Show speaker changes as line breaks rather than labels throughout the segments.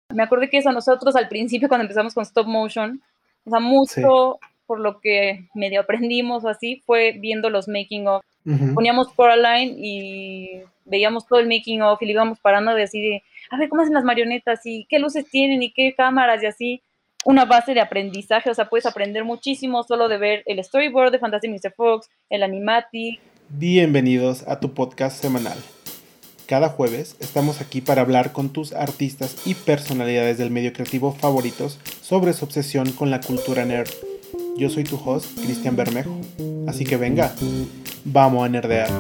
Me acordé que eso nosotros al principio cuando empezamos con stop motion, o sea,
Sí.
mucho por lo que medio aprendimos o así, fue viendo los making of.
Ujú.
Poníamos Coraline y veíamos todo el making of y le íbamos parando de así de, a ver, ¿cómo hacen las marionetas? Y qué luces tienen y qué cámaras y así. Una base de aprendizaje, o sea, puedes aprender muchísimo solo de ver el storyboard de Fantastic Mr. Fox, el animatic.
Bienvenidos a tu podcast semanal. Cada jueves estamos aquí para hablar con tus artistas y personalidades del medio creativo favoritos sobre su obsesión con la cultura nerd. Yo soy tu host, Cristian Bermejo. Así que venga, vamos a nerdear.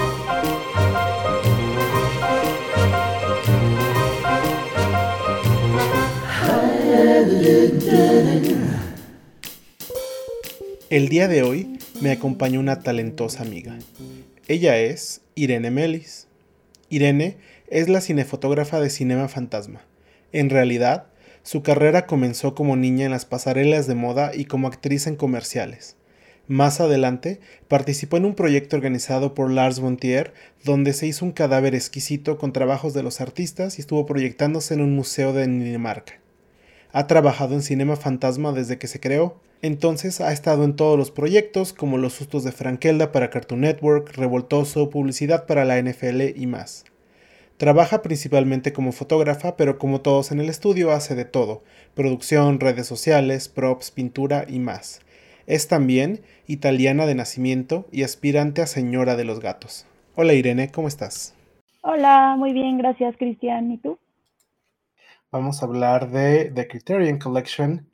El día de hoy me acompaña una talentosa amiga. Ella es Irene Melis. Irene es la cinefotógrafa de Cinema Fantasma. En realidad, su carrera comenzó como niña en las pasarelas de moda y como actriz en comerciales. Más adelante, participó en un proyecto organizado por Lars von Trier, donde se hizo un cadáver exquisito con trabajos de los artistas y estuvo proyectándose en un museo de Dinamarca. Ha trabajado en Cinema Fantasma desde que se creó. Entonces ha estado en todos los proyectos como Los sustos de Frankelda para Cartoon Network, Revoltoso, publicidad para la NFL y más. Trabaja principalmente como fotógrafa, pero como todos en el estudio hace de todo: producción, redes sociales, props, pintura y más. Es también italiana de nacimiento y aspirante a señora de los gatos. Hola Irene, ¿cómo estás?
Hola, muy bien, gracias Cristian. ¿Y tú?
Vamos a hablar de The Criterion Collection,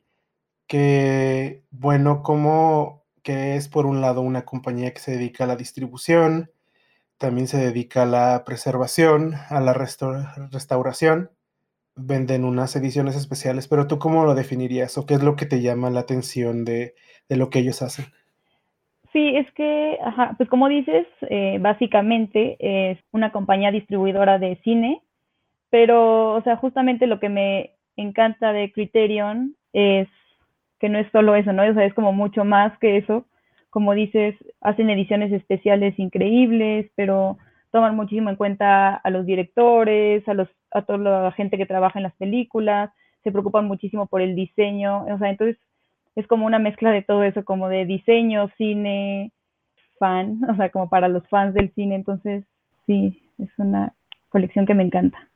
que bueno, como que es por un lado una compañía que se dedica a la distribución, también se dedica a la preservación, a la restauración. Venden unas ediciones especiales, pero ¿tú cómo lo definirías o qué es lo que te llama la atención de lo que ellos hacen?
Sí, es que, pues como dices, básicamente es una compañía distribuidora de cine, pero, o sea, justamente lo que me encanta de Criterion es que no es solo eso, ¿no? O sea, es como mucho más que eso. Como dices, hacen ediciones especiales increíbles, pero toman muchísimo en cuenta a los directores, a toda la gente que trabaja en las películas, se preocupan muchísimo por el diseño, o sea, entonces es como una mezcla de todo eso, como de diseño, cine, fan, o sea, como para los fans del cine, entonces sí, es una colección que me encanta.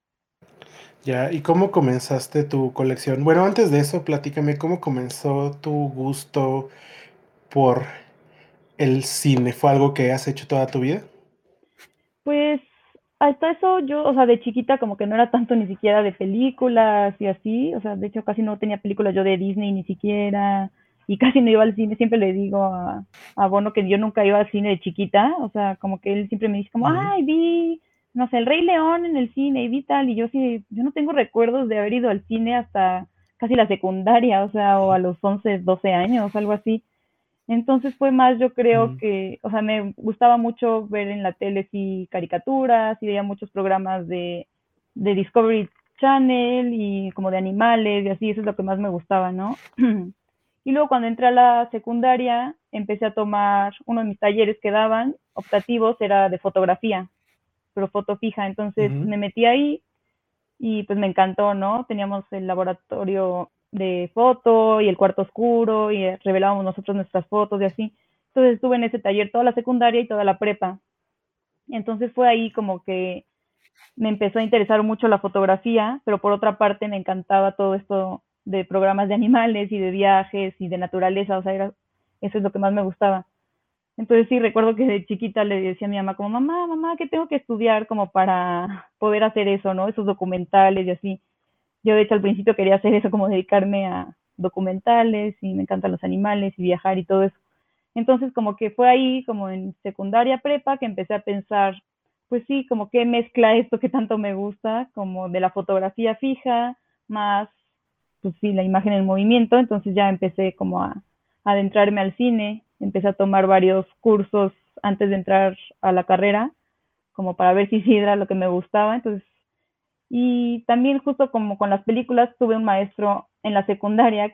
Ya, ¿y cómo comenzaste tu colección? Bueno, antes de eso, platícame cómo comenzó tu gusto por el cine. ¿Fue algo que has hecho toda tu vida?
Pues hasta eso yo, o sea, de chiquita como que no era tanto ni siquiera de películas y así, o sea, de hecho casi no tenía películas yo de Disney ni siquiera, y casi no iba al cine, siempre le digo a Bono que yo nunca iba al cine de chiquita, o sea, como que él siempre me dice como,
Ujú.
ay, vi, no sé, El Rey León en el cine y vi tal, y yo sí, yo no tengo recuerdos de haber ido al cine hasta casi la secundaria, o sea, o a los 11 12 años, algo así. Entonces fue más, yo creo
Mm.
que, o sea, me gustaba mucho ver en la tele sí caricaturas y veía muchos programas de Discovery Channel y como de animales y así, eso es lo que más me gustaba, ¿no? Y luego cuando entré a la secundaria, empecé a tomar uno de mis talleres que daban, optativos, era de fotografía, pero foto fija. Entonces
Ujú.
me metí ahí y pues me encantó, ¿no? Teníamos el laboratorio de foto y el cuarto oscuro y revelábamos nosotros nuestras fotos y así. Entonces estuve en ese taller toda la secundaria y toda la prepa. Entonces fue ahí como que me empezó a interesar mucho la fotografía, pero por otra parte me encantaba todo esto de programas de animales y de viajes y de naturaleza, o sea, eso es lo que más me gustaba. Entonces sí, recuerdo que de chiquita le decía a mi mamá como, mamá, mamá, que tengo que estudiar como para poder hacer eso, ¿no? Esos documentales y así. Yo de hecho al principio quería hacer eso, como dedicarme a documentales y me encantan los animales y viajar y todo eso. Entonces como que fue ahí, como en secundaria prepa, que empecé a pensar, pues sí, como que mezcla esto que tanto me gusta, como de la fotografía fija, más, pues sí, la imagen en movimiento. Entonces ya empecé como a adentrarme al cine, empecé a tomar varios cursos antes de entrar a la carrera, como para ver si sí era lo que me gustaba. Entonces y también justo como con las películas, tuve un maestro en la secundaria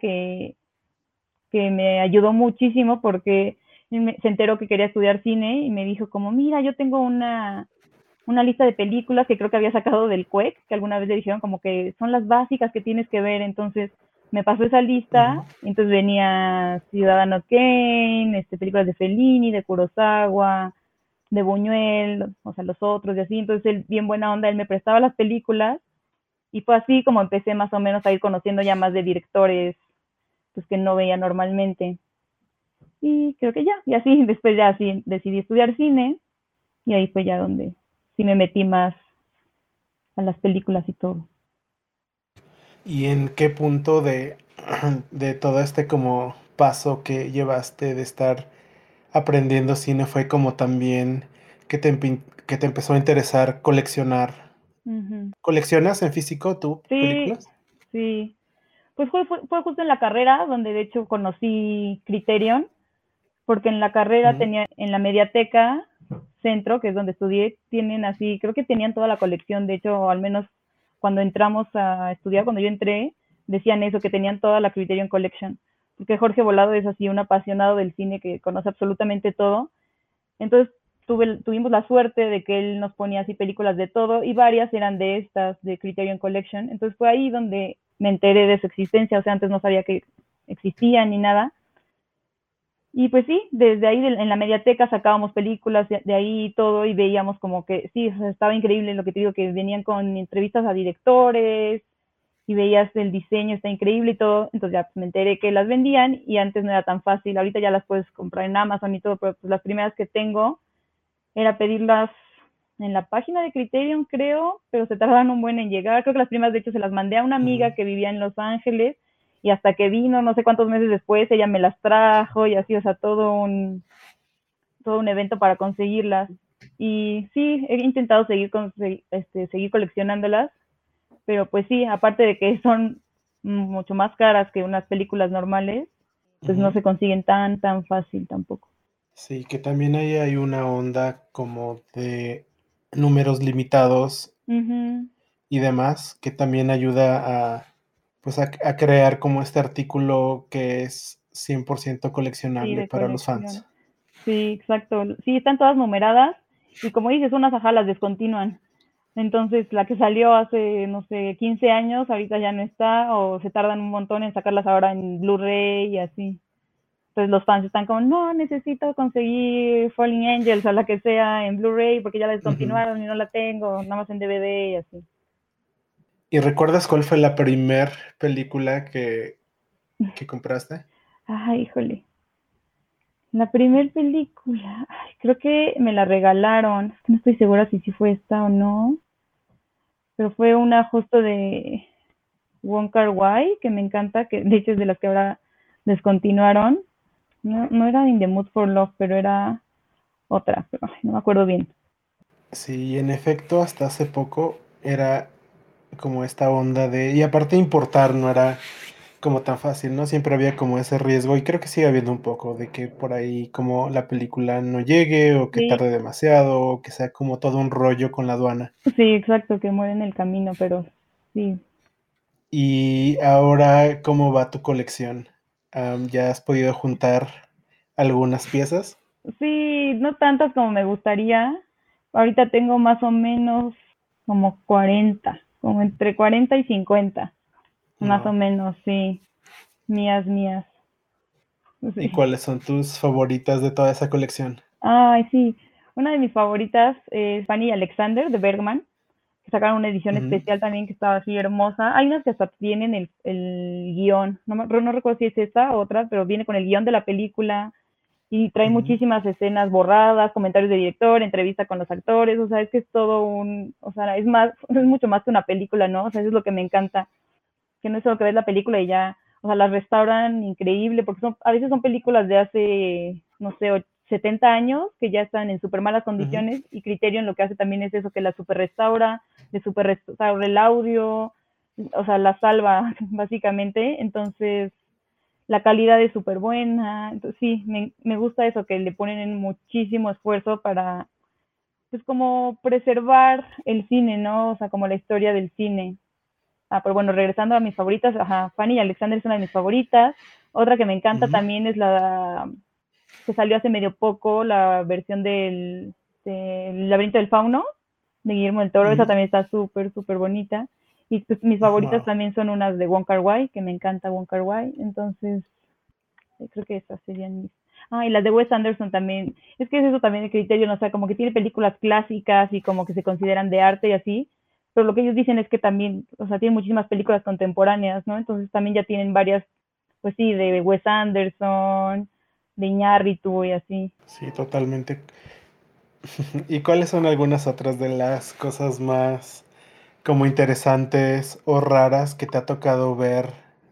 que me ayudó muchísimo porque se enteró que quería estudiar cine y me dijo como, mira, yo tengo una lista de películas que creo que había sacado del CUEC, que alguna vez le dijeron como que son las básicas que tienes que ver. Entonces me pasó esa lista, entonces venía Ciudadano Kane, películas de Fellini, de Kurosawa, de Buñuel, o sea, los otros y así. Entonces él, bien buena onda, él me prestaba las películas y fue así como empecé más o menos a ir conociendo ya más de directores pues que no veía normalmente. Y creo que ya, y así después ya sí decidí estudiar cine y ahí fue ya donde sí me metí más a las películas y todo.
¿Y en qué punto de todo este como paso que llevaste de estar aprendiendo cine fue como también que te empezó a interesar coleccionar?
Ujú.
¿Coleccionas en físico tú
Sí,
películas?
sí. Pues fue justo en la carrera donde de hecho conocí Criterion, porque en la carrera
Ujú,
tenía, en la Mediateca Centro, que es donde estudié, tienen así, creo que tenían toda la colección, de hecho, al menos cuando entramos a estudiar, cuando yo entré, decían eso, que tenían toda la Criterion Collection, porque Jorge Volado es así un apasionado del cine que conoce absolutamente todo. Entonces tuvimos la suerte de que él nos ponía así películas de todo y varias eran de estas, de Criterion Collection. Entonces fue ahí donde me enteré de su existencia, o sea, antes no sabía que existían ni nada. Y pues sí, desde ahí en la mediateca sacábamos películas de ahí y todo y veíamos como que sí, o sea, estaba increíble lo que te digo, que venían con entrevistas a directores y veías el diseño, está increíble y todo. Entonces ya pues, me enteré que las vendían y antes no era tan fácil. Ahorita ya las puedes comprar en Amazon y todo, pero pues las primeras que tengo era pedirlas en la página de Criterion, creo, pero se tardaron un buen en llegar. Creo que las primas, de hecho, se las mandé a una amiga
ujú.
que vivía en Los Ángeles y hasta que vino, no sé cuántos meses después, ella me las trajo y así, o sea, todo un evento para conseguirlas. Y sí, he intentado seguir coleccionándolas, pero pues sí, aparte de que son mucho más caras que unas películas normales, pues no
Ujú.
se consiguen tan fácil tampoco.
Sí, que también ahí hay una onda como de números limitados
Ujú.
y demás, que también ayuda pues a crear como este artículo que es 100%
Sí,
coleccionable
de
para los fans.
colección. Sí, exacto. Sí, están todas numeradas y como dices, unas ajá las descontinúan. Entonces, la que salió hace, no sé, 15 años, ahorita ya no está o se tardan un montón en sacarlas ahora en Blu-ray y así. Entonces los fans están como, no, necesito conseguir Falling Angels o la que sea en Blu-ray porque ya la
Ujú.
descontinuaron y no la tengo, nada más en DVD y así.
¿Y recuerdas cuál fue la primer película que compraste?
Ay, híjole. La primer película, ay, creo que me la regalaron. No estoy segura si sí fue esta o no, pero fue una justo de Wong Kar Wai, que me encanta, que de hecho es de las que ahora descontinuaron. No, no era In the Mood for Love, pero era otra, pero ay, no me acuerdo bien.
Sí, en efecto, hasta hace poco era como esta onda de... Y aparte importar no era como tan fácil, ¿no? Siempre había como ese riesgo y creo que sigue habiendo un poco de que por ahí como la película no llegue o que
Sí,
tarde demasiado o que sea como todo un rollo con la aduana.
sí, exacto, que muere en el camino, pero sí.
Y ahora, ¿cómo va tu colección? ¿Ya has podido juntar algunas piezas?
Sí, no tantas como me gustaría. Ahorita tengo más o menos como 40, como entre 40 y 50, más o
No.
menos, sí. Mías, mías.
¿Y
Sí.
cuáles son tus favoritas de toda esa colección?
Ay, sí. Una de mis favoritas es Fanny y Alexander de Bergman, que sacaron una edición
Ujú,
especial también que estaba así hermosa. Hay unas que hasta tienen el guión, no recuerdo si es esta o otra, pero viene con el guión de la película y trae
ujú.
muchísimas escenas borradas, comentarios de director, entrevista con los actores, o sea, es que es todo o sea, es más, es mucho más que una película, ¿no? O sea, eso es lo que me encanta, que no es solo que ves la película y ya, o sea, las restauran increíble, porque a veces son películas de hace, no sé, 70 años, que ya están en súper malas
Ujú.
condiciones, y Criterion lo que hace también es eso, que la super restaura, le super restaura el audio, o sea, la salva, básicamente, entonces la calidad es súper buena, entonces sí, me gusta eso, que le ponen en muchísimo esfuerzo para, pues como preservar el cine, ¿no? O sea, como la historia del cine. Ah, pero bueno, regresando a mis favoritas, ajá, Fanny y Alexander es una de mis favoritas. Otra que me encanta
Ujú.
también es la que salió hace medio poco, la versión del Laberinto del Fauno. de Guillermo del Toro, esa
Mm,
también está súper, súper bonita. Y pues mis favoritas
wow.
también son unas de Wong Kar-wai, que me encanta Wong Kar-wai, entonces creo que esas serían mis... Ah, y las de Wes Anderson también. Es que es eso también el criterio, ¿no? O sea, como que tiene películas clásicas y como que se consideran de arte y así, pero lo que ellos dicen es que también, o sea, tienen muchísimas películas contemporáneas, ¿no? Entonces también ya tienen varias, pues sí, de Wes Anderson, de Iñárritu y así.
Sí, totalmente. ¿Y cuáles son algunas otras de las cosas más como interesantes o raras que te ha tocado ver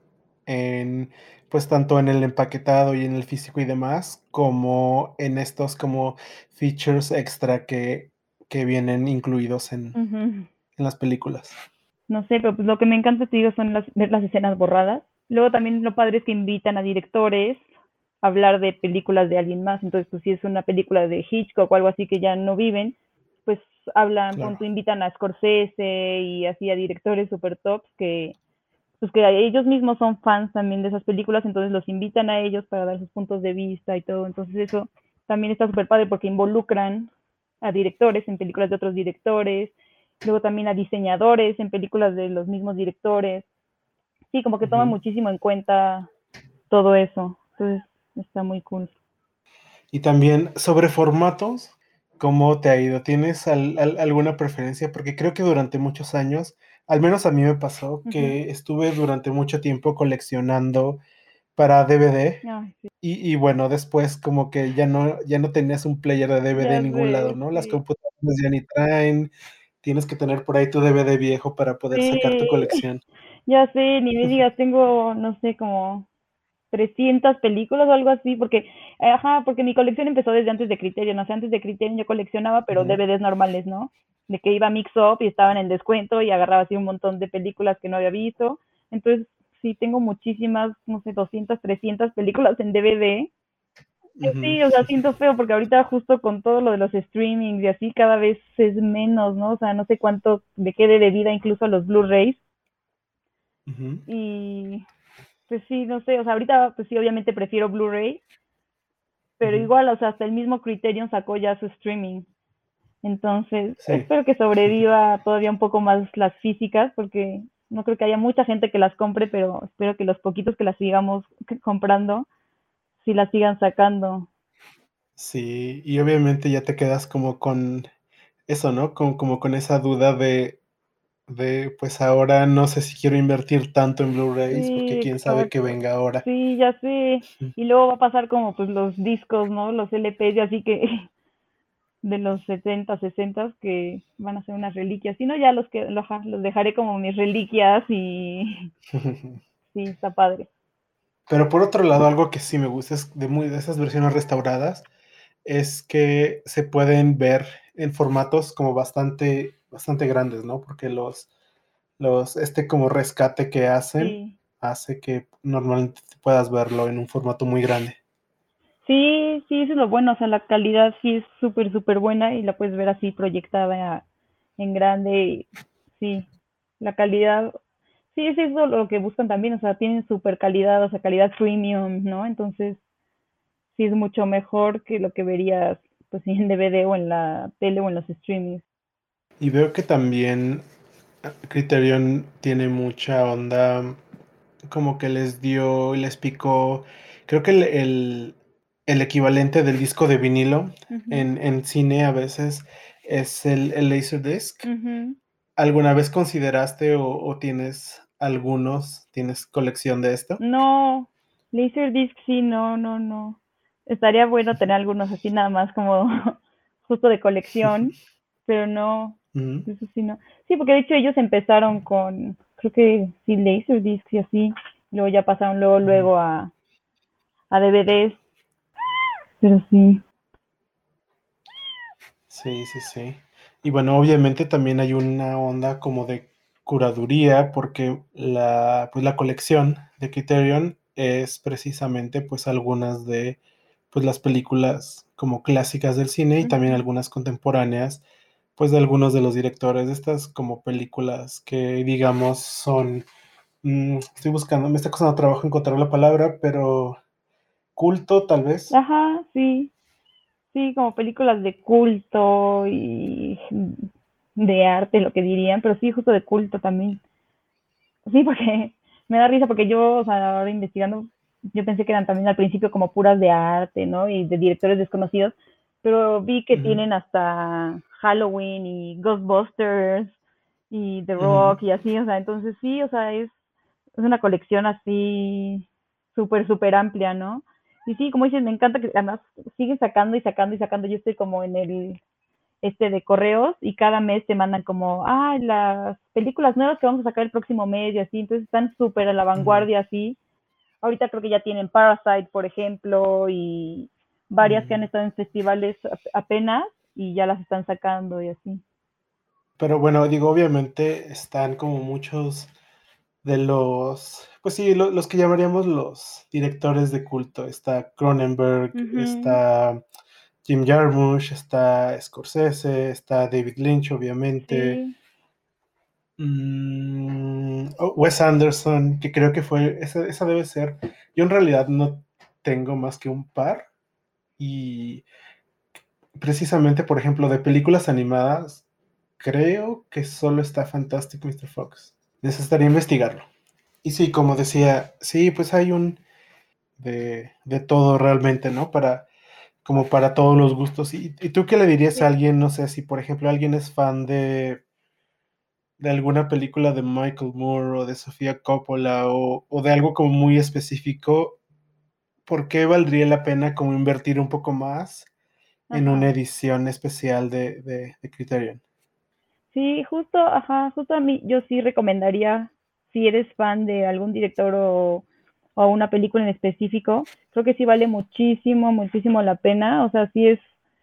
en, pues tanto en el empaquetado y en el físico y demás, como en estos como features extra que vienen incluidos
Ujú.
en las películas?
No sé, pero pues lo que me encanta, te digo, son ver las escenas borradas. Luego también lo padre es que invitan a directores a hablar de películas de alguien más. Entonces, pues si es una película de Hitchcock o algo así que ya no viven, pues hablan,
Claro.
punto, invitan a Scorsese y así a directores super tops que, pues que ellos mismos son fans también de esas películas, entonces los invitan a ellos para dar sus puntos de vista y todo. Entonces eso también está súper padre porque involucran a directores en películas de otros directores, luego también a diseñadores en películas de los mismos directores. Sí, como que toman
Ujú.
muchísimo en cuenta todo eso. Entonces está muy cool.
Y también sobre formatos, ¿cómo te ha ido? ¿Tienes alguna preferencia? Porque creo que durante muchos años, al menos a mí me pasó,
Uh -huh.
que estuve durante mucho tiempo coleccionando para DVD.
Ay, sí.
Y bueno, después como que ya no tenías un player de DVD
Ya
en ningún lado,
sé,
¿no? Las
sí.
computadoras ya ni traen, tienes que tener por ahí tu DVD viejo para poder sacar tu
Sí,
colección.
ya sé, ni me digas, tengo, no sé, como 300 películas o algo así, porque, ajá, porque mi colección empezó desde antes de Criterion, no sé, antes de Criterion yo coleccionaba, pero
Ujú,
DVDs normales, ¿no? De que iba a Mix Up y estaban en descuento y agarraba así un montón de películas que no había visto. Entonces, sí, tengo muchísimas, no sé, 200, 300 películas en DVD.
ujú.
Sí, o sea, siento feo porque ahorita justo con todo lo de los streamings y así cada vez es menos, ¿no? O sea, no sé cuánto le quede de vida incluso a los Blu-rays.
Ujú.
Y pues sí, no sé, o sea, ahorita pues sí, obviamente prefiero Blu-ray, pero
Ujú.
igual, o sea, hasta el mismo Criterion sacó ya su streaming. Entonces,
Sí.
espero que sobreviva todavía un poco más las físicas, porque no creo que haya mucha gente que las compre, pero espero que los poquitos que las sigamos comprando, sí las sigan sacando.
Sí, y obviamente ya te quedas como con eso, ¿no? Como con esa duda pues ahora no sé si quiero invertir tanto en Blu-rays porque
Sí,
quién sabe qué
exacto.
venga ahora.
Sí, ya sé.
Ujú.
Y luego va a pasar como pues los discos, ¿no? Los LPs y así que de los 70, 60 que van a ser unas reliquias. Si no, ya los dejaré como mis reliquias y sí, está padre.
Pero por otro lado, algo que sí me gusta es de esas versiones restauradas, es que se pueden ver en formatos como bastante grandes, ¿no? Porque este como rescate que hacen
Sí.
hace que normalmente puedas verlo en un formato muy grande.
Sí, sí, eso es lo bueno, o sea, la calidad sí es súper, súper buena y la puedes ver así proyectada en grande y sí, la calidad, sí, es eso lo que buscan también, o sea, tienen súper calidad, o sea, calidad premium, ¿no? Entonces, sí es mucho mejor que lo que verías, pues, sí, en DVD o en la tele o en los streamings.
Y veo que también Criterion tiene mucha onda, como que les picó, creo que el equivalente del disco de vinilo
Ujú,
en cine a veces es el Laserdisc.
ujú.
¿Alguna vez consideraste o tienes colección de esto?
No, Laserdisc sí, no, no, no. Estaría bueno tener algunos así nada más como justo de colección, pero no,
Ujú,
eso sí no. Sí, porque de hecho ellos empezaron con, creo que sí, Laserdisc y así, luego ya pasaron
ujú.
luego a DVDs, pero sí.
Sí, sí, sí. Y bueno, obviamente también hay una onda como de curaduría, porque pues la colección de Criterion es precisamente pues algunas de pues las películas como clásicas del cine y también
Ujú.
algunas contemporáneas, pues de algunos de los directores de estas como películas que digamos son, estoy buscando, me está costando trabajo encontrar la palabra, pero culto tal vez.
Ajá, sí, sí, como películas de culto y de arte, lo que dirían, pero sí, justo de culto también. Sí, porque me da risa, porque yo, o sea, ahora investigando, yo pensé que eran también al principio como puras de arte, ¿no? Y de directores desconocidos, pero vi que
Ujú,
tienen hasta Halloween y Ghostbusters y The
ujú.
Rock y así, o sea, entonces sí, o sea, es una colección así súper, súper amplia, ¿no? Y sí, como dices, me encanta que además siguen sacando y sacando y sacando. Yo estoy como en el de correos y cada mes te mandan como, ah, las películas nuevas que vamos a sacar el próximo mes y así, entonces están súper a la
Ujú,
vanguardia así. Ahorita creo que ya tienen Parasite, por ejemplo, y varias que han
ujú.
estado en festivales apenas y ya las están sacando y así.
Pero bueno, digo, obviamente están como muchos de los, pues sí, los que llamaríamos los directores de culto. Está Cronenberg,
Ujú.
está Jim Jarmusch, está Scorsese, está David Lynch, obviamente.
Sí,
Wes Anderson, que creo que fue, esa debe ser. Yo en realidad no tengo más que un par. Y precisamente, por ejemplo, de películas animadas, creo que solo está Fantastic Mr. Fox. Necesitaría investigarlo. Y sí, como decía, sí, pues hay un de todo realmente, ¿no? Como para todos los gustos. ¿Y tú qué le dirías a
sí.
alguien, no sé, si por ejemplo alguien es fan de alguna película de Michael Moore o de Sofía Coppola o de algo como muy específico? ¿Por qué valdría la pena como invertir un poco más en una
Ajá.
edición especial de Criterion?
Sí, justo, ajá, justo a mí yo sí recomendaría, si eres fan de algún director o una película en específico, creo que sí vale muchísimo, muchísimo la pena, o sea, sí es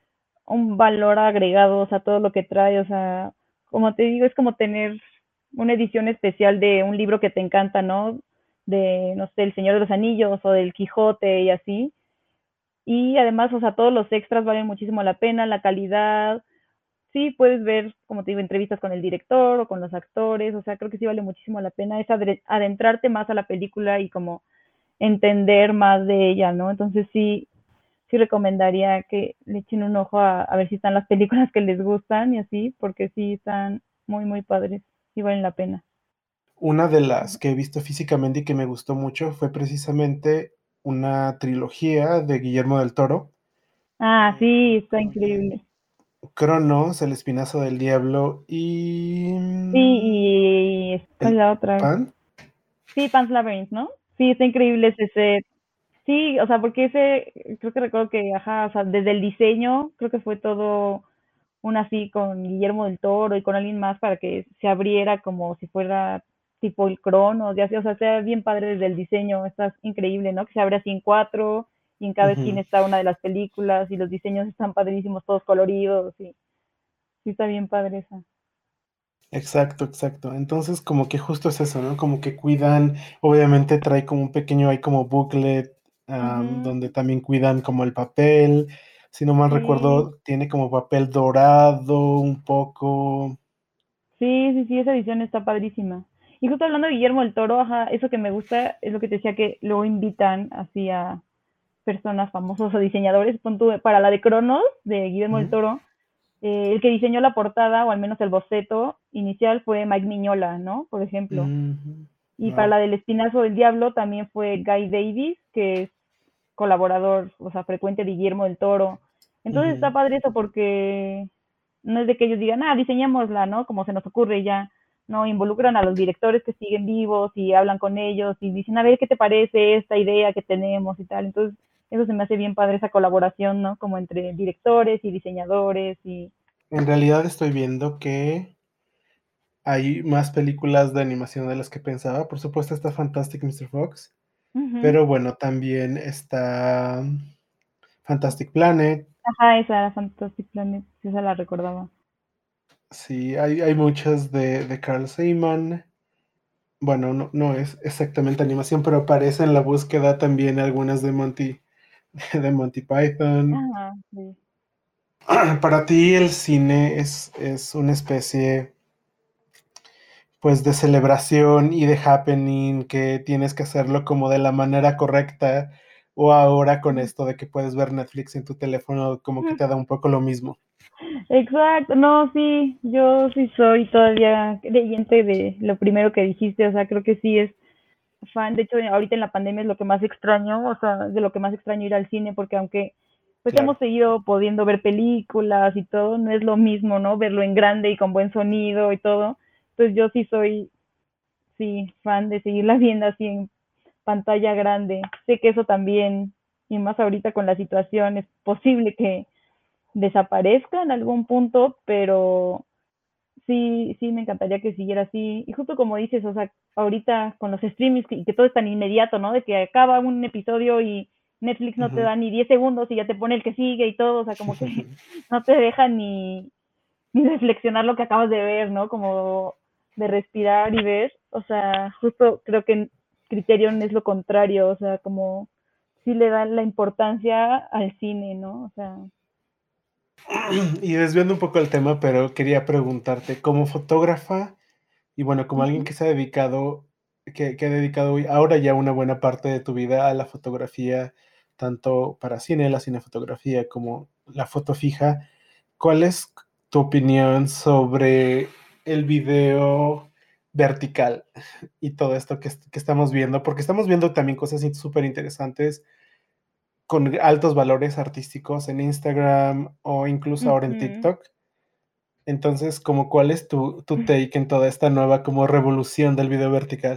un valor agregado, o sea, todo lo que trae, o sea, como te digo, es como tener una edición especial de un libro que te encanta, ¿no? De, no sé, El Señor de los Anillos o del Quijote y así. Y además, o sea, todos los extras valen muchísimo la pena, la calidad, sí puedes ver, como te digo, entrevistas con el director o con los actores, o sea, creo que sí vale muchísimo la pena, es adentrarte más a la película y como entender más de ella, ¿no? Entonces sí, sí recomendaría que le echen un ojo a ver si están las películas que les gustan y así, porque sí están muy, muy padres, sí valen la pena.
Una de las que he visto físicamente y que me gustó mucho fue precisamente una trilogía de Guillermo del Toro.
Ah,
eh,
sí, está increíble.
Cronos, El Espinazo del Diablo y
Sí, y ¿cuál es
El
la otra?
Pan.
Sí, Pan's Labyrinth, ¿no? Sí, está increíble ese set. Sí, o sea, porque ese, creo que recuerdo que, ajá, o sea, desde el diseño, creo que fue todo un así con Guillermo del Toro y con alguien más para que se abriera como si fuera tipo el Cronos, ya así, o sea, sea bien padre desde el diseño, está increíble, ¿no? Que se abre así en cuatro y en cada esquina
Ujú.
está una de las películas y los diseños están padrísimos, todos coloridos y sí está bien padre esa.
Exacto, exacto. Entonces, como que justo es eso, ¿no? Como que cuidan, obviamente trae como un pequeño, hay como booklet,
Ujú,
donde también cuidan como el papel. Si no mal
sí,
recuerdo, tiene como papel dorado un poco.
sí, sí, sí, esa edición está padrísima. Y justo hablando de Guillermo del Toro, ajá, eso que me gusta es lo que te decía que luego invitan así a personas famosos o diseñadores. Para la de Cronos, de Guillermo del
Ujú,
Toro, el que diseñó la portada, o al menos el boceto inicial, fue Mike Miñola, ¿no? Por ejemplo.
ujú.
Y para
Wow.
la del Espinazo del Diablo también fue Guy Davis, que es colaborador, o sea, frecuente de Guillermo del Toro. Entonces está
Ujú.
padre eso porque no es de que ellos digan, ah, diseñémosla, ¿no? Como se nos ocurre ya. No, involucran a los directores que siguen vivos y hablan con ellos y dicen, a ver, ¿qué te parece esta idea que tenemos y tal? Entonces, eso se me hace bien padre esa colaboración, ¿no? Como entre directores y diseñadores y...
En realidad estoy viendo que hay más películas de animación de las que pensaba. Por supuesto está Fantastic Mr. Fox,
Ujú.
pero bueno, también está Fantastic Planet.
Ajá, esa era Fantastic Planet, sí, esa la recordaba.
Sí, hay muchas de Carl Sagan. Bueno, no, no es exactamente animación, pero aparece en la búsqueda también algunas de Monty Python.
Ajá, sí.
Para ti el cine es una especie pues de celebración y de happening que tienes que hacerlo como de la manera correcta o ahora con esto de que puedes ver Netflix en tu teléfono, como que te da un poco lo mismo.
Exacto, no, sí, yo sí soy todavía creyente de lo primero que dijiste, o sea, creo que sí es fan, de hecho, ahorita en la pandemia es lo que más extraño, o sea, de lo que más extraño ir al cine, porque aunque pues hemos
Claro.
seguido pudiendo ver películas y todo, no es lo mismo, ¿no? Verlo en grande y con buen sonido y todo. Entonces yo sí soy, sí, fan de seguirla viendo así en pantalla grande. Sé que eso también, y más ahorita con la situación, es posible que desaparezca en algún punto, pero sí, sí, me encantaría que siguiera así. Y justo como dices, o sea, ahorita con los streamings y que todo es tan inmediato, ¿no? De que acaba un episodio y Netflix no te
Ujú.
da ni 10 segundos y ya te pone el que sigue y todo, o sea, como que no te deja ni reflexionar lo que acabas de ver, ¿no? Como de respirar y ver, o sea, justo creo que Criterion es lo contrario, o sea, como sí le dan la importancia al cine, ¿no? O sea,
Y desviando un poco el tema, pero quería preguntarte, como fotógrafa, y bueno, como alguien
ujú,
que se ha dedicado, que ha dedicado ahora ya una buena parte de tu vida a la fotografía, tanto para cine, la cinefotografía, como la foto fija, ¿cuál es tu opinión sobre el video vertical y todo esto que estamos viendo? Porque estamos viendo también cosas súper interesantes con altos valores artísticos en Instagram o incluso ahora en
ujú.
TikTok. Entonces, como cuál es tu take en toda esta nueva como revolución del video vertical.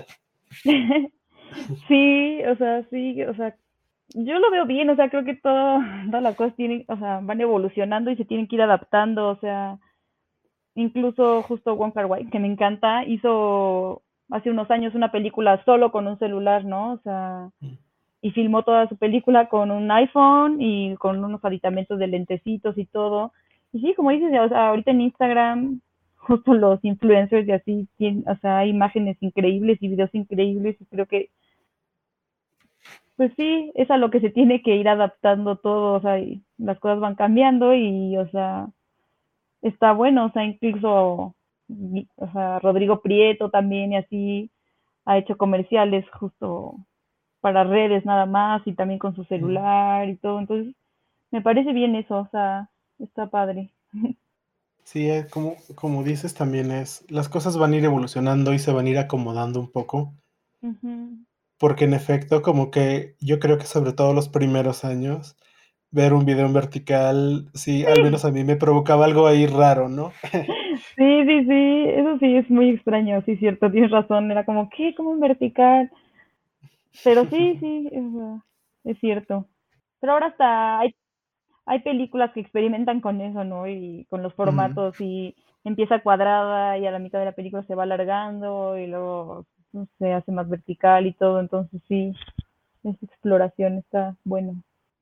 Sí, o sea, sí, o sea, yo lo veo bien, o sea, creo que todas las cosas tienen, o sea, van evolucionando y se tienen que ir adaptando, o sea, incluso justo Wong Kar-wai, que me encanta, hizo hace unos años una película solo con un celular, ¿no? O sea, y filmó toda su película con un iPhone y con unos aditamentos de lentecitos y todo. Y sí, como dices, o sea, ahorita en Instagram, justo los influencers y así, tienen, o sea, hay imágenes increíbles y videos increíbles y creo que pues sí, es a lo que se tiene que ir adaptando todo, o sea, y las cosas van cambiando y, o sea, está bueno, o sea, incluso, o sea, Rodrigo Prieto también y así ha hecho comerciales justo para redes nada más y también con su celular y todo, entonces me parece bien eso, o sea, está padre.
Sí, como dices también es, las cosas van a ir evolucionando y se van a ir acomodando un poco,
Ujú.
porque en efecto como que yo creo que sobre todo los primeros años, ver un video en vertical, sí, al menos a mí me provocaba algo ahí raro, ¿no?
Sí, sí, sí, eso sí es muy extraño, sí, cierto, tienes razón, era como, ¿qué? ¿Cómo en vertical? Pero sí, sí, es cierto. Pero ahora hasta hay películas que experimentan con eso, ¿no? Y con los
Ujú.
formatos y empieza cuadrada y a la mitad de la película se va alargando y luego se hace más vertical y todo, entonces sí, esa exploración está bueno.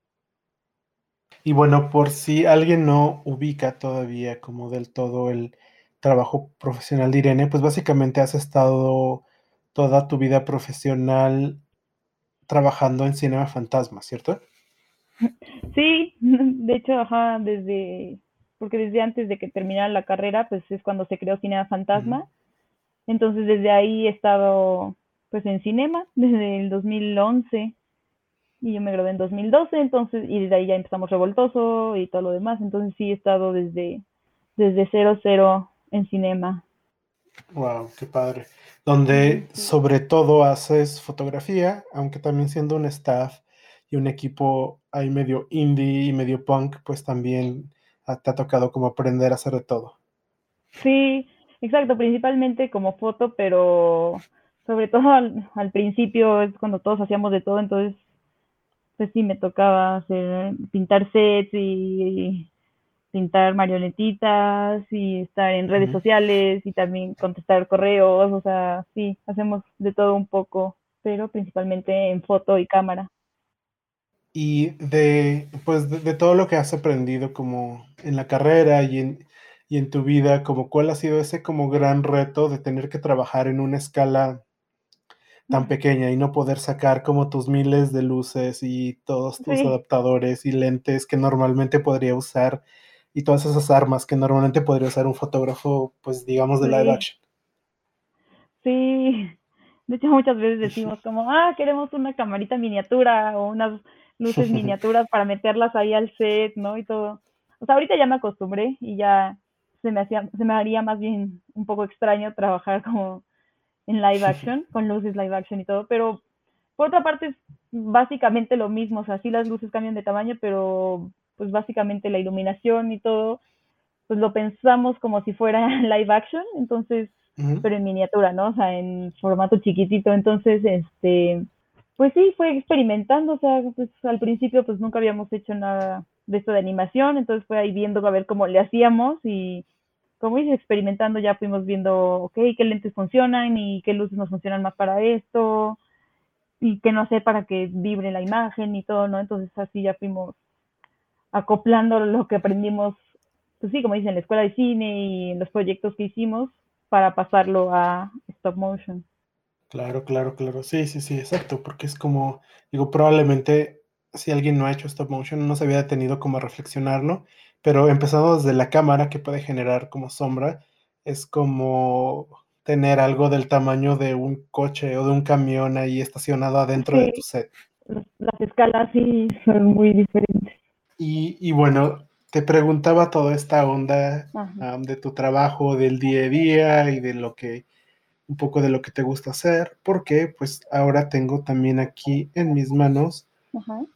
Y bueno, por si alguien no ubica todavía como del todo el trabajo profesional de Irene, pues básicamente has estado toda tu vida profesional trabajando en Cinema Fantasma, ¿cierto?
Sí, de hecho, ajá, porque desde antes de que terminara la carrera, pues es cuando se creó Cinema
Ujú.
Fantasma. Entonces desde ahí he estado pues en cinema desde el 2011 y yo me gradué en 2012, entonces, y desde ahí ya empezamos Revoltoso y todo lo demás, entonces sí he estado desde cero cero en cinema.
Wow, qué padre.
Mm,
Donde
sí.
sobre todo haces fotografía, aunque también siendo un staff y un equipo ahí medio indie y medio punk, pues también te ha tocado como aprender a hacer de todo.
Sí, exacto, principalmente como foto, pero sobre todo al principio es cuando todos hacíamos de todo, entonces pues sí me tocaba pintar sets y pintar marionetitas y estar en redes
Ujú.
sociales y también contestar correos, o sea, sí, hacemos de todo un poco, pero principalmente en foto y cámara.
Y pues de todo lo que has aprendido como en la carrera y en tu vida, como cuál ha sido ese como gran reto de tener que trabajar en una escala tan pequeña y no poder sacar como tus miles de luces y todos tus
Sí,
adaptadores y lentes que normalmente podría usar y todas esas armas que normalmente podría usar un fotógrafo, pues digamos de live
sí,
action.
sí. De hecho, muchas veces decimos como, queremos una camarita miniatura o unas luces miniaturas para meterlas ahí al set, ¿no? Y todo. O sea, ahorita ya me acostumbré y ya se me haría más bien un poco extraño trabajar como en live action, con luces live action y todo, pero por otra parte es básicamente lo mismo, o sea, sí las luces cambian de tamaño, pero pues básicamente la iluminación y todo, pues lo pensamos como si fuera live action, entonces,
Ujú.
pero en miniatura, ¿no? O sea, en formato chiquitito, entonces, pues sí, fue experimentando, o sea, pues al principio pues nunca habíamos hecho nada de esto de animación, entonces fue ahí viendo a ver cómo le hacíamos y como dices, experimentando ya fuimos viendo, ok, qué lentes funcionan y qué luces nos funcionan más para esto y qué no hacer para que vibre la imagen y todo, ¿no? Entonces así ya fuimos acoplando lo que aprendimos, pues sí, como dicen, en la escuela de cine y en los proyectos que hicimos para pasarlo a stop motion.
Claro, claro, claro. Sí, sí, sí, exacto, porque es como, digo, probablemente si alguien no ha hecho stop motion no se había detenido como a reflexionarlo, pero empezando desde la cámara que puede generar como sombra, es como tener algo del tamaño de un coche o de un camión ahí estacionado adentro de
Sí,
tu set.
las escalas sí son muy diferentes.
Y bueno, te preguntaba toda esta onda
Ajá,
de tu trabajo del día a día y de lo que un poco de lo que te gusta hacer, porque pues ahora tengo también aquí en mis manos
ajá.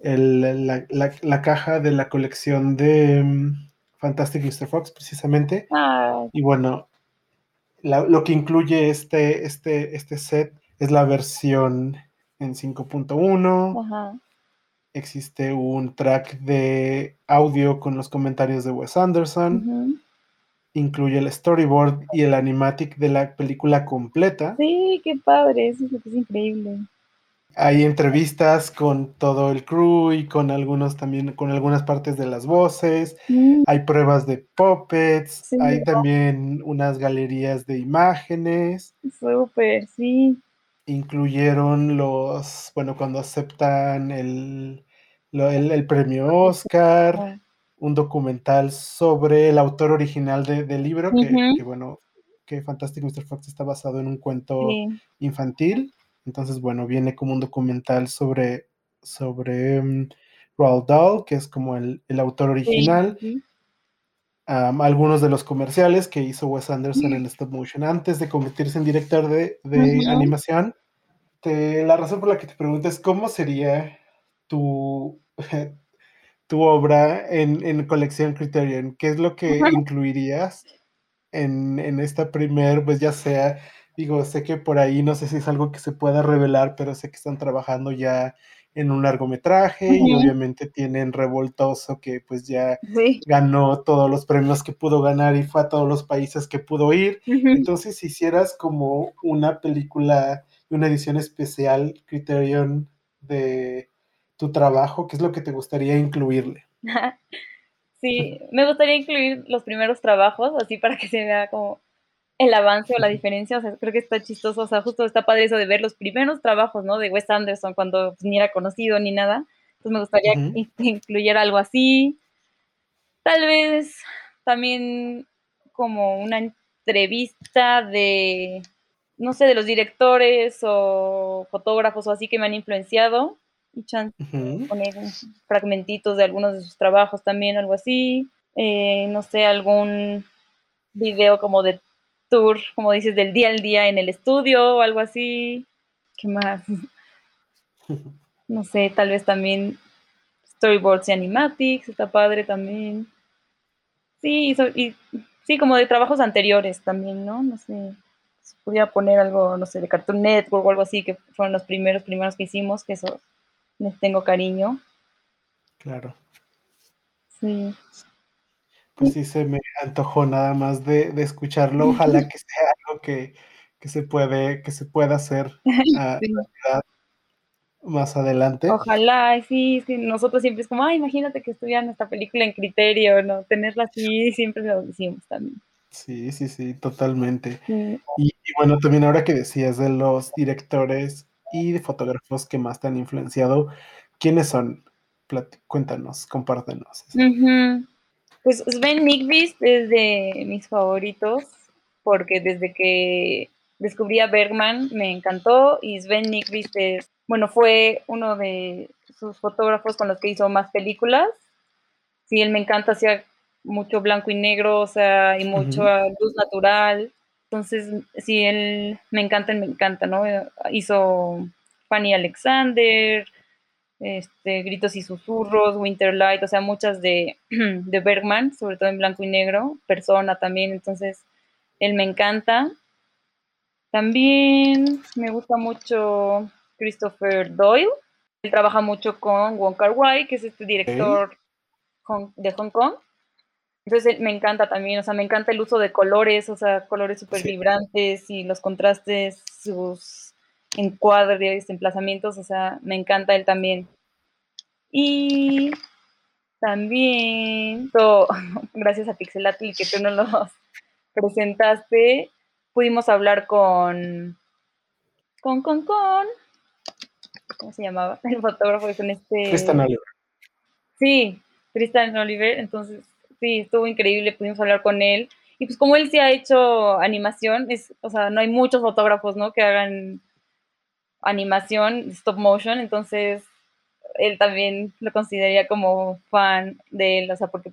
la caja de la colección de Fantastic Mr. Fox, precisamente.
Ah,
Y bueno, lo que incluye este set es la versión en 5.1.
ajá.
Existe un track de audio con los comentarios de Wes Anderson.
Ujú.
Incluye el storyboard y el animatic de la película completa.
Sí, qué padre, eso es increíble.
Hay entrevistas con todo el crew y con algunos también, con algunas partes de las voces.
Mm,
Hay pruebas de puppets.
sí,
Hay también unas galerías de imágenes.
súper, sí.
Incluyeron bueno, cuando aceptan el premio Oscar,
Ah,
un documental sobre el autor original del libro,
ujú,
bueno, que Fantastic Mr. Fox está basado en un cuento
sí,
infantil. Entonces, bueno, viene como un documental sobre Roald Dahl, que es como el autor
sí,
original.
sí.
Algunos de los comerciales que hizo Wes Anderson en stop motion antes de convertirse en director de
Ujú.
animación. La razón por la que te pregunto es cómo sería tu, tu obra en colección Criterion. ¿Qué es lo que incluirías en esta primer, pues ya sea, digo, sé que por ahí no sé si es algo que se pueda revelar, pero sé que están trabajando ya en un largometraje y
Ujú,
obviamente tienen Revoltoso que pues ya
sí.
ganó todos los premios que pudo ganar y fue a todos los países que pudo ir.
Ujú.
Entonces, si hicieras como una película, una edición especial Criterion de tu trabajo, ¿qué es lo que te gustaría incluirle?
Sí, me gustaría incluir los primeros trabajos, así para que se vea como el avance o la diferencia, o sea, creo que está chistoso, o sea, justo está padre eso de ver los primeros trabajos, ¿no? De Wes Anderson cuando pues, ni era conocido ni nada. Entonces me gustaría
Ujú,
que incluyera algo así. Tal vez también como una entrevista de, no sé, de los directores o fotógrafos o así que me han influenciado y chance
ujú.
poner fragmentitos de algunos de sus trabajos también, algo así. No sé, algún video como de tour, como dices, del día al día en el estudio o algo así. ¿Qué más? No sé, tal vez también storyboards y animatics, está padre también. Sí, y sí, como de trabajos anteriores también, ¿no? No sé, si pudiera poner algo, no sé, de Cartoon Network o algo así, que fueron los primeros que hicimos, que eso les tengo cariño.
Claro.
Sí.
Pues sí se me antojó nada más de escucharlo. Ojalá que sea algo que se pueda hacer
Sí.
más adelante.
Ojalá, sí, sí, nosotros siempre es como, ay, imagínate que estuvieran esta película en Criterio, ¿no? Tenerla así, siempre lo decimos también.
Sí, sí, sí, totalmente.
Sí.
Y bueno, también ahora que decías de los directores y de fotógrafos que más te han influenciado, ¿quiénes son? Cuéntanos, compártenos eso.
Ujú. Pues Sven Nykvist es de mis favoritos, porque desde que descubrí a Bergman me encantó y Sven Nykvist es, bueno, fue uno de sus fotógrafos con los que hizo más películas. Sí, él me encanta, hacía mucho blanco y negro, o sea, y mucho luz natural. Entonces, sí, él me encanta, ¿no? Hizo Fanny Alexander, Gritos y Susurros, Winterlight, o sea, muchas de Bergman, sobre todo en blanco y negro, Persona también, entonces, él me encanta. También me gusta mucho Christopher Doyle. Él trabaja mucho con Wong Kar-wai, que es este director de Hong Kong. Entonces me encanta también, o sea, me encanta el uso de colores, o sea, colores súper
Sí.
vibrantes y los contrastes, sus encuadres, emplazamientos, o sea, me encanta él también. Y también, gracias a Pixelatl que tú nos los presentaste, pudimos hablar con, ¿cómo se llamaba? El fotógrafo con
Tristan Oliver.
Sí, Tristan Oliver, entonces sí, estuvo increíble, pudimos hablar con él. Y pues como él sí ha hecho animación, o sea, no hay muchos fotógrafos, ¿no? Que hagan animación, stop motion, entonces él también lo consideraría como fan de él, o sea, porque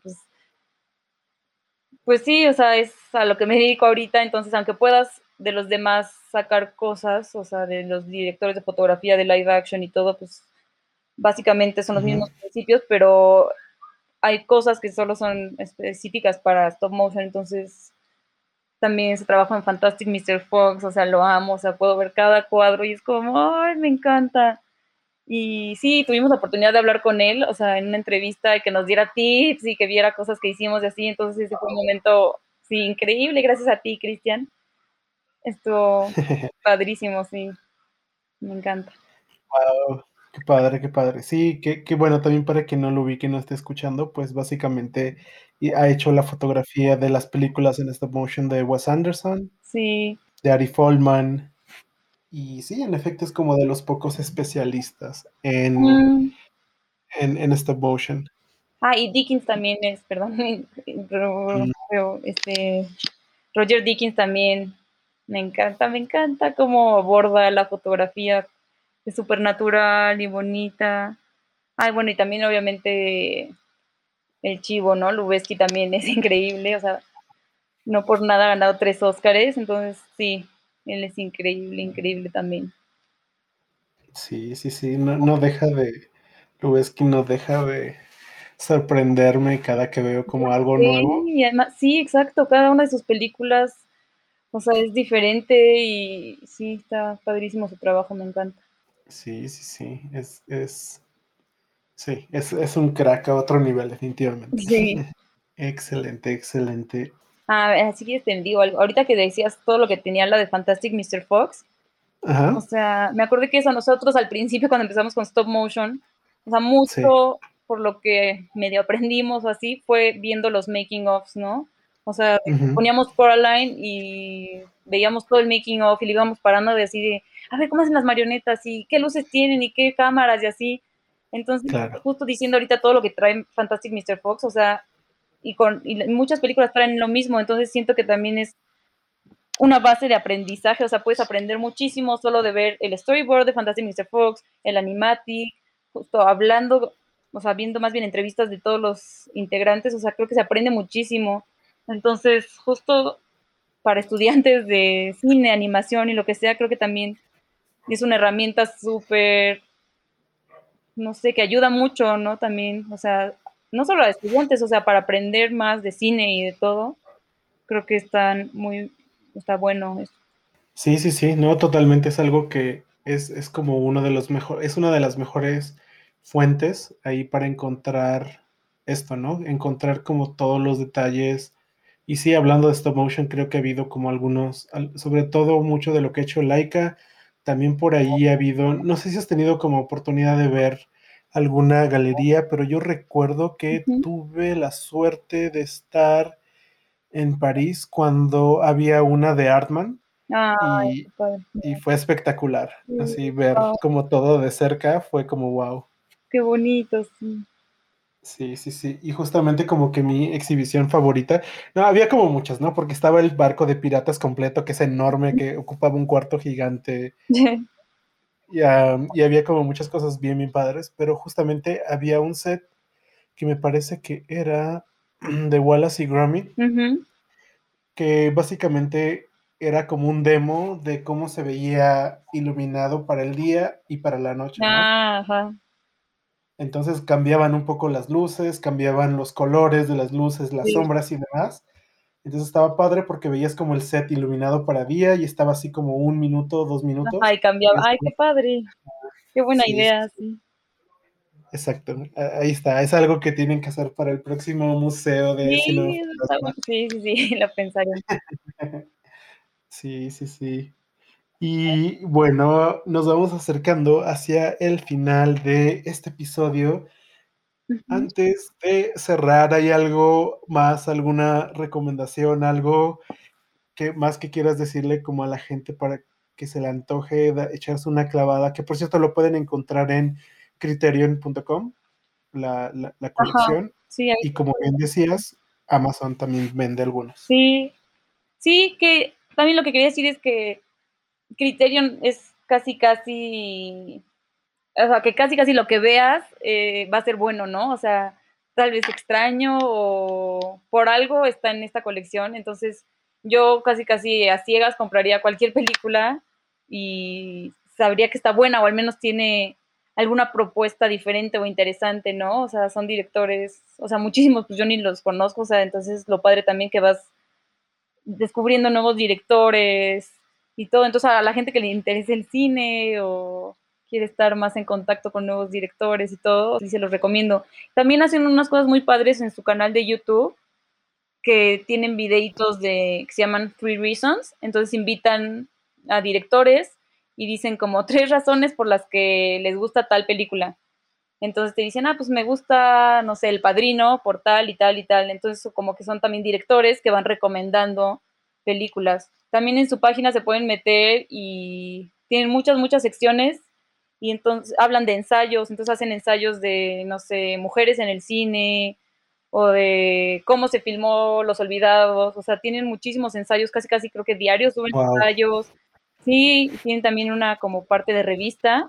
pues sí, o sea, es a lo que me dedico ahorita, entonces aunque puedas de los demás sacar cosas, o sea, de los directores de fotografía, de live action y todo, pues básicamente son los mismos principios, pero hay cosas que solo son específicas para stop motion, entonces también ese trabajo en Fantastic Mr. Fox, o sea, lo amo, o sea, puedo ver cada cuadro y es como, ay, me encanta. Y sí, tuvimos la oportunidad de hablar con él, o sea, en una entrevista y que nos diera tips y que viera cosas que hicimos y así, entonces ese fue un momento, sí, increíble, gracias a ti, Cristian. Estuvo padrísimo, sí, me encanta.
Wow, qué padre, qué padre. Sí, qué bueno, también para quien no lo ubique y no esté escuchando, pues básicamente ha hecho la fotografía de las películas en stop motion de Wes Anderson,
Sí.
de Ari Folman, y sí, en efecto es como de los pocos especialistas
Mm.
en stop motion.
Ah, y Dickens también es, perdón,
Mm.
pero Roger Dickens también me encanta cómo aborda la fotografía, es súper natural y bonita. Ay, bueno, y también obviamente el Chivo, ¿no? Lubeski también es increíble, o sea, no por nada ha ganado 3 Óscares, entonces sí, él es increíble, increíble también.
Sí, no deja de, Lubeski no deja de sorprenderme cada que veo como algo nuevo.
Sí, y además, sí, exacto, cada una de sus películas, o sea, es diferente y sí, está padrísimo su trabajo, me encanta.
Sí, es un crack a otro nivel, definitivamente.
Sí.
Excelente, excelente.
Así que te digo algo. Ahorita que decías todo lo que tenía la de Fantastic Mr. Fox, o
Ajá,
sea, me acordé que eso nosotros al principio cuando empezamos con stop motion, o sea,
sí.
mucho por lo que medio aprendimos o así fue viendo los making ofs, ¿no? O sea,
Ujú,
poníamos Coraline y veíamos todo el making of y le íbamos parando de así de, a ver, ¿cómo hacen las marionetas? Y qué luces tienen y qué cámaras y así. Entonces,
claro.
justo diciendo ahorita todo lo que trae Fantastic Mr. Fox, o sea, y muchas películas traen lo mismo, entonces siento que también es una base de aprendizaje, o sea, puedes aprender muchísimo solo de ver el storyboard de Fantastic Mr. Fox, el animatic, justo hablando, o sea, viendo más bien entrevistas de todos los integrantes, o sea, creo que se aprende muchísimo. Entonces, justo para estudiantes de cine, animación y lo que sea, creo que también es una herramienta súper, no sé, que ayuda mucho, ¿no? También, o sea, no solo a estudiantes, o sea, para aprender más de cine y de todo, creo que está bueno eso.
Sí, no, totalmente es algo que es como uno de los mejores, es una de las mejores fuentes ahí para encontrar esto, ¿no? Encontrar como todos los detalles. Y sí, hablando de stop motion, creo que ha habido como algunos, sobre todo mucho de lo que ha hecho Laika, también por ahí ha habido, no sé si has tenido como oportunidad de ver alguna galería, pero yo recuerdo que
Ujú.
tuve la suerte de estar en París cuando había una de Artman
Ay,
y,
qué padre.
y fue espectacular.
Sí,
Así ver
wow,
como todo de cerca fue como wow.
qué bonito, sí.
Sí. Y justamente como que mi exhibición favorita, no, había como muchas, ¿no? Porque estaba el barco de piratas completo, que es enorme, que ocupaba un cuarto gigante. y había como muchas cosas bien, bien padres, pero justamente había un set que me parece que era de Wallace y Gromit,
Ujú.
que básicamente era como un demo de cómo se veía iluminado para el día y para la noche, ¿no?
Ah, ajá.
Entonces cambiaban un poco las luces, cambiaban los colores de las luces, las
Sí.
sombras y demás. Entonces estaba padre porque veías como el set iluminado para día y estaba así como 1 minuto, dos
Ajá,
minutos.
y cambiaba.
Y
Ay, qué
después,
padre. Qué buena
sí, sí,
idea,
sí,
sí.
exacto. Ahí está. Es algo que tienen que hacer para el próximo museo de Cinema
Sí, eso está
Fantasma.
bueno. Sí, sí, sí, la pensaré.
Sí, sí, sí. Y bueno, nos vamos acercando hacia el final de este episodio.
Ujú.
Antes de cerrar, ¿hay algo más, alguna recomendación, algo que más que quieras decirle como a la gente para que se le antoje echarse una clavada? Que por cierto lo pueden encontrar en criterion.com, la
Ajá.
colección.
Sí, ahí
Y
está.
como bien decías, Amazon también vende algunos.
Sí, sí, que también lo que quería decir es que Criterion es casi, casi, o sea, que casi, casi lo que veas va a ser bueno, ¿no? O sea, tal vez extraño o por algo está en esta colección. Entonces, yo casi, casi a ciegas compraría cualquier película y sabría que está buena o al menos tiene alguna propuesta diferente o interesante, ¿no? O sea, son directores, o sea, muchísimos, pues yo ni los conozco, o sea, entonces lo padre también que vas descubriendo nuevos directores y todo. Entonces, a la gente que le interesa el cine o quiere estar más en contacto con nuevos directores y todo, sí se los recomiendo. También hacen unas cosas muy padres en su canal de YouTube que tienen videitos que se llaman Three Reasons. Entonces invitan a directores y dicen como 3 razones por las que les gusta tal película. Entonces te dicen, pues me gusta, no sé, El Padrino por tal y tal y tal. Entonces como que son también directores que van recomendando películas. También en su página se pueden meter y tienen muchas, muchas secciones y entonces hablan de ensayos, entonces hacen ensayos de, no sé, mujeres en el cine o de cómo se filmó Los Olvidados. O sea, tienen muchísimos ensayos, casi, casi creo que diarios suben
Wow.
ensayos. Sí, tienen también una como parte de revista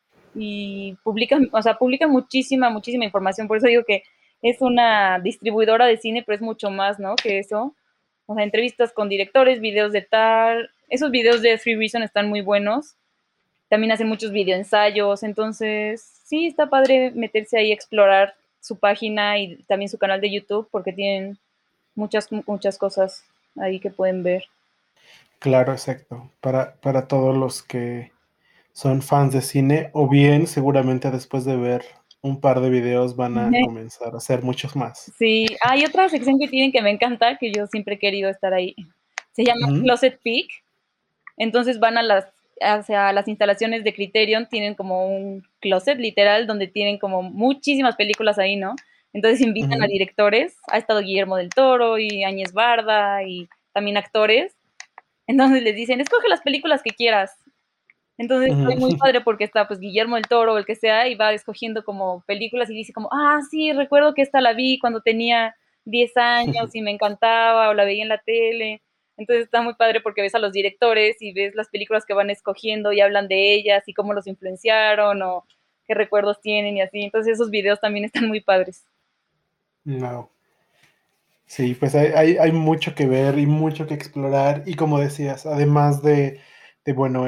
y publican, o sea, publican muchísima, muchísima información. Por eso digo que es una distribuidora de cine, pero es mucho más, ¿no? Que eso. O sea, entrevistas con directores, videos de tal. Esos videos de Free Reason están muy buenos. También hacen muchos videoensayos. Entonces, sí, está padre meterse ahí a explorar su página y también su canal de YouTube, porque tienen muchas, muchas cosas ahí que pueden ver.
Claro, exacto. Para todos los que son fans de cine, o bien seguramente después de ver un par de videos van a comenzar a hacer muchos más.
Sí, hay otra sección que tienen que me encanta, que yo siempre he querido estar ahí. Se llama
Ujú,
Closet Peak. Entonces van hacia las instalaciones de Criterion, tienen como un closet literal donde tienen como muchísimas películas ahí, ¿no? Entonces invitan a
ujú,
directores, ha estado Guillermo del Toro y Áñez Barda y también actores. Entonces les dicen, escoge las películas que quieras. Entonces está muy
ujú.
padre porque está pues Guillermo del Toro o el que sea y va escogiendo como películas y dice como, sí, recuerdo que esta la vi cuando tenía 10 años y me encantaba o la veía en la tele. Entonces está muy padre porque ves a los directores y ves las películas que van escogiendo y hablan de ellas y cómo los influenciaron o qué recuerdos tienen y así. Entonces esos videos también están muy padres.
No. Sí, pues hay mucho que ver y mucho que explorar. Y como decías, además bueno,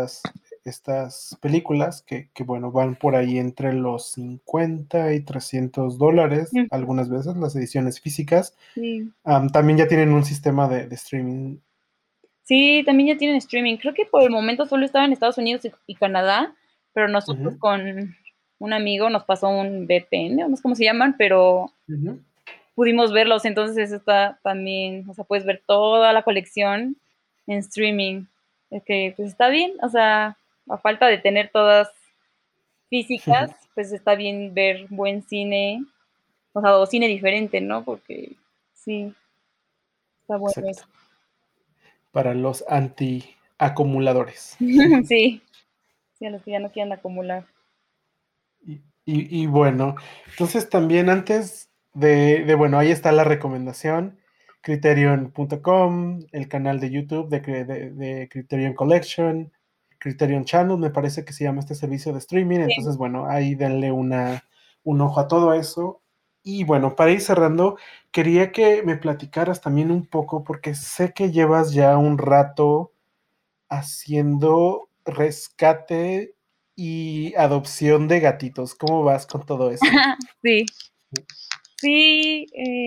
estas películas que, bueno, van por ahí entre los 50 y $300, algunas veces, las ediciones físicas.
Sí.
También ya tienen un sistema de streaming.
Sí, también ya tienen streaming. Creo que por el momento solo estaba en Estados Unidos y Canadá, pero nosotros
Ujú,
con un amigo nos pasó un VPN, no sé cómo se llaman, pero
ujú.
pudimos verlos, entonces eso está también, o sea, puedes ver toda la colección en streaming. Es que pues está bien, o sea, a falta de tener todas físicas, pues está bien ver buen cine, o sea, o cine diferente, ¿no? Porque sí, está bueno
Exacto.
eso.
Para los anti-acumuladores.
Sí, sí, a los que ya no quieren acumular.
Y bueno, entonces también antes bueno, ahí está la recomendación, criterion.com, el canal de YouTube de Criterion Collection, Criterion Channel, me parece que se llama este servicio de streaming.
Sí.
Entonces, bueno, ahí denle un ojo a todo eso. Y bueno, para ir cerrando, quería que me platicaras también un poco, porque sé que llevas ya un rato haciendo rescate y adopción de gatitos. ¿Cómo vas con todo eso?
Sí, sí,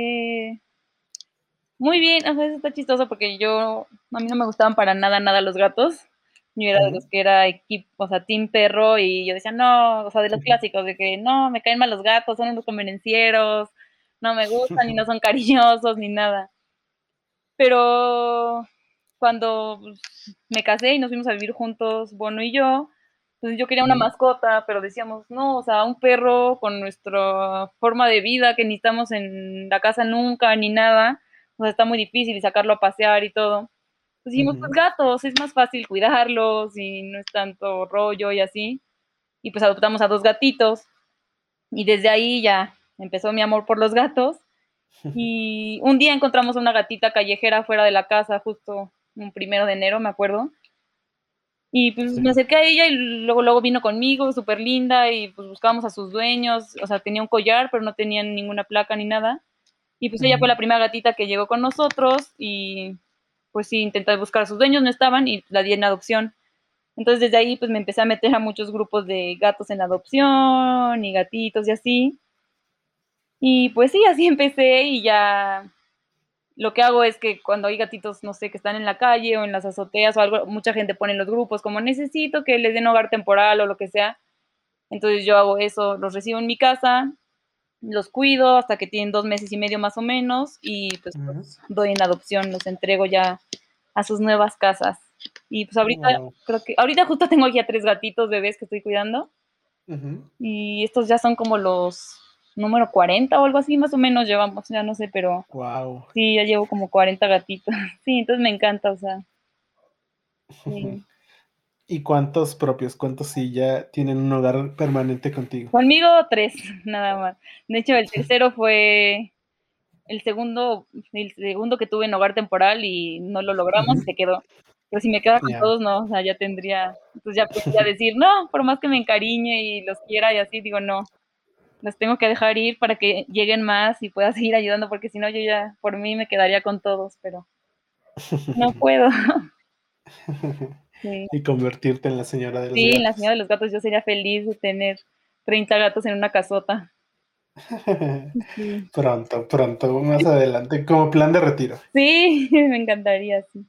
muy bien, o sea, eso está chistoso porque a mí no me gustaban para nada, nada los gatos. Yo era de los que era equipo, o sea, team perro, y yo decía, no, o sea, de los clásicos, de que no, me caen mal los gatos, son unos convenencieros, no me gustan, y no son cariñosos, ni nada. Pero cuando pues, me casé y nos fuimos a vivir juntos, Bono y yo, pues yo quería una mascota, pero decíamos, no, o sea, un perro con nuestra forma de vida que ni estamos en la casa nunca, ni nada, o sea, está muy difícil sacarlo a pasear y todo. Pues dijimos, pues gatos, es más fácil cuidarlos y no es tanto rollo y así. Y pues adoptamos a 2 gatitos y desde ahí ya empezó mi amor por los gatos. Y un día encontramos una gatita callejera fuera de la casa, justo un 1 de enero, me acuerdo. Y pues me
Sí.
acerqué a ella y luego vino conmigo, súper linda, y pues buscábamos a sus dueños. O sea, tenía un collar, pero no tenía ninguna placa ni nada. Y pues ella fue la primera gatita que llegó con nosotros y pues sí, intenté buscar a sus dueños, no estaban y la di en adopción. Entonces desde ahí pues me empecé a meter a muchos grupos de gatos en adopción y gatitos y así. Y pues sí, así empecé y ya lo que hago es que cuando hay gatitos, no sé, que están en la calle o en las azoteas o algo, mucha gente pone en los grupos como necesito que les den hogar temporal o lo que sea. Entonces yo hago eso, los recibo en mi casa, los cuido hasta que tienen 2 meses y medio más o menos y pues los doy en adopción, los entrego ya a sus nuevas casas. Y pues ahorita,
Wow.
creo que, ahorita justo tengo aquí a 3 gatitos bebés que estoy cuidando y estos ya son como los número 40 o algo así, más o menos llevamos, ya no sé, pero
Wow.
sí, ya llevo como 40 gatitos. Sí, entonces me encanta, o sea, sí.
¿Y cuántos propios? ¿Cuántos sí ya tienen un hogar permanente contigo?
Conmigo 3, nada más. De hecho, el tercero fue el segundo que tuve en hogar temporal y no lo logramos y se quedó. Pero si me quedara con
Ya.
todos, no, o sea, ya tendría, pues ya podría decir, no, por más que me encariñe y los quiera y así, digo, no, los tengo que dejar ir para que lleguen más y pueda seguir ayudando, porque si no, yo ya por mí me quedaría con todos, pero no puedo. Sí.
Y convertirte en la señora de los
Sí, en la señora
gatos.
de los gatos yo sería feliz de tener 30 gatos en una casota. Sí,
Pronto, pronto, más adelante, como plan de retiro.
sí, me encantaría, sí.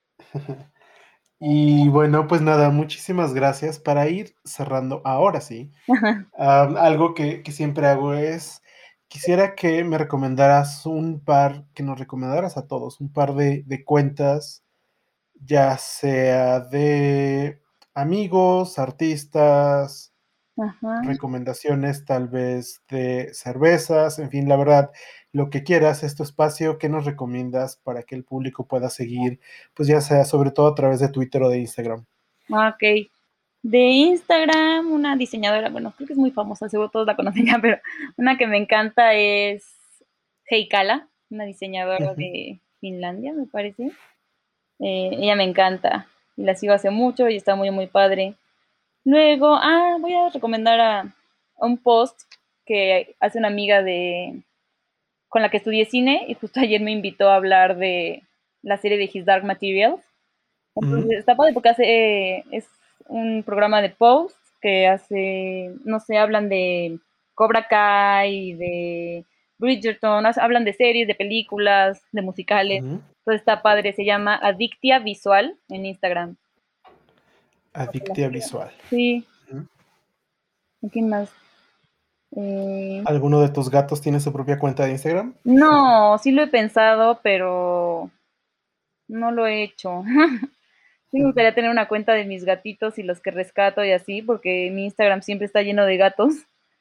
Y bueno, pues nada, muchísimas gracias. Para ir cerrando ahora sí, algo que siempre hago es, quisiera que me recomendaras que nos recomendaras a todos un par de cuentas, ya sea de amigos, artistas,
Ajá.
recomendaciones tal vez de cervezas, en fin, la verdad, lo que quieras, es tu espacio, ¿qué nos recomiendas para que el público pueda seguir, pues ya sea sobre todo a través de Twitter o de Instagram?
Ok. De Instagram, una diseñadora, bueno, creo que es muy famosa, seguro todos la conocen ya, pero una que me encanta es Heikala, una diseñadora
Ujú,
de Finlandia, me parece. Ella me encanta y la sigo hace mucho y está muy, muy padre. Luego, voy a recomendar a un post que hace una amiga con la que estudié cine y justo ayer me invitó a hablar de la serie de His Dark Materials.
ujú,
Entonces está padre porque es un programa de post que hace, no sé, hablan de Cobra Kai, de Bridgerton, hablan de series, de películas, de musicales.
ujú.
Entonces está padre, se llama Adictia Visual en Instagram.
Adictia visual.
Sí,
Ujú.
¿quién más? Eh,
¿Alguno de tus gatos tiene su propia cuenta de Instagram?
no, sí lo he pensado, pero no lo he hecho. Sí, me gustaría tener una cuenta de mis gatitos y los que rescato y así, porque mi Instagram siempre está lleno de gatos,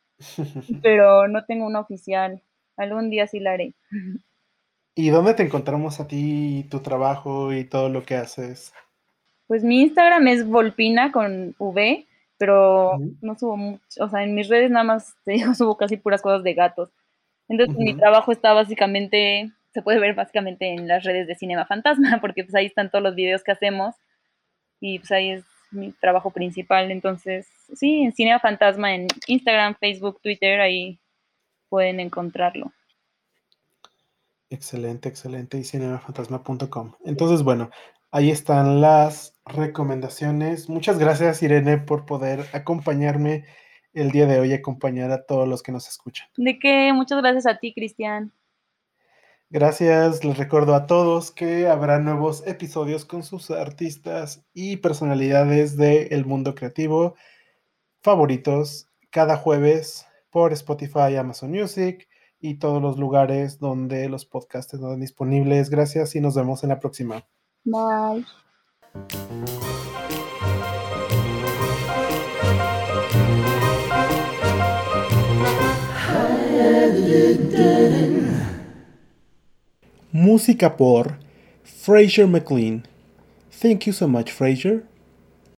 pero no tengo una oficial. Algún día sí la haré.
¿Y dónde te encontramos a ti, tu trabajo y todo lo que haces?
Pues mi Instagram es Volpina con V, pero
Ujú,
no subo mucho, o sea, en mis redes nada más te digo, subo casi puras cosas de gatos. Entonces mi
ujú.
trabajo está básicamente, se puede ver básicamente en las redes de Cinema Fantasma, porque pues ahí están todos los videos que hacemos y pues ahí es mi trabajo principal. Entonces, sí, en Cinema Fantasma en Instagram, Facebook, Twitter, ahí pueden encontrarlo.
Excelente, excelente. Y cinemafantasma.com. Entonces, bueno, ahí están las recomendaciones. Muchas gracias, Irene, por poder acompañarme el día de hoy y acompañar a todos los que nos escuchan.
¿De qué? Muchas gracias a ti, Cristian.
Gracias, les recuerdo a todos que habrá nuevos episodios con sus artistas y personalidades del mundo creativo favoritos cada jueves por Spotify, Amazon Music y todos los lugares donde los podcasts están disponibles. Gracias y nos vemos en la próxima.
Bye.
Música por Fraser McLean. Thank you so much, Fraser.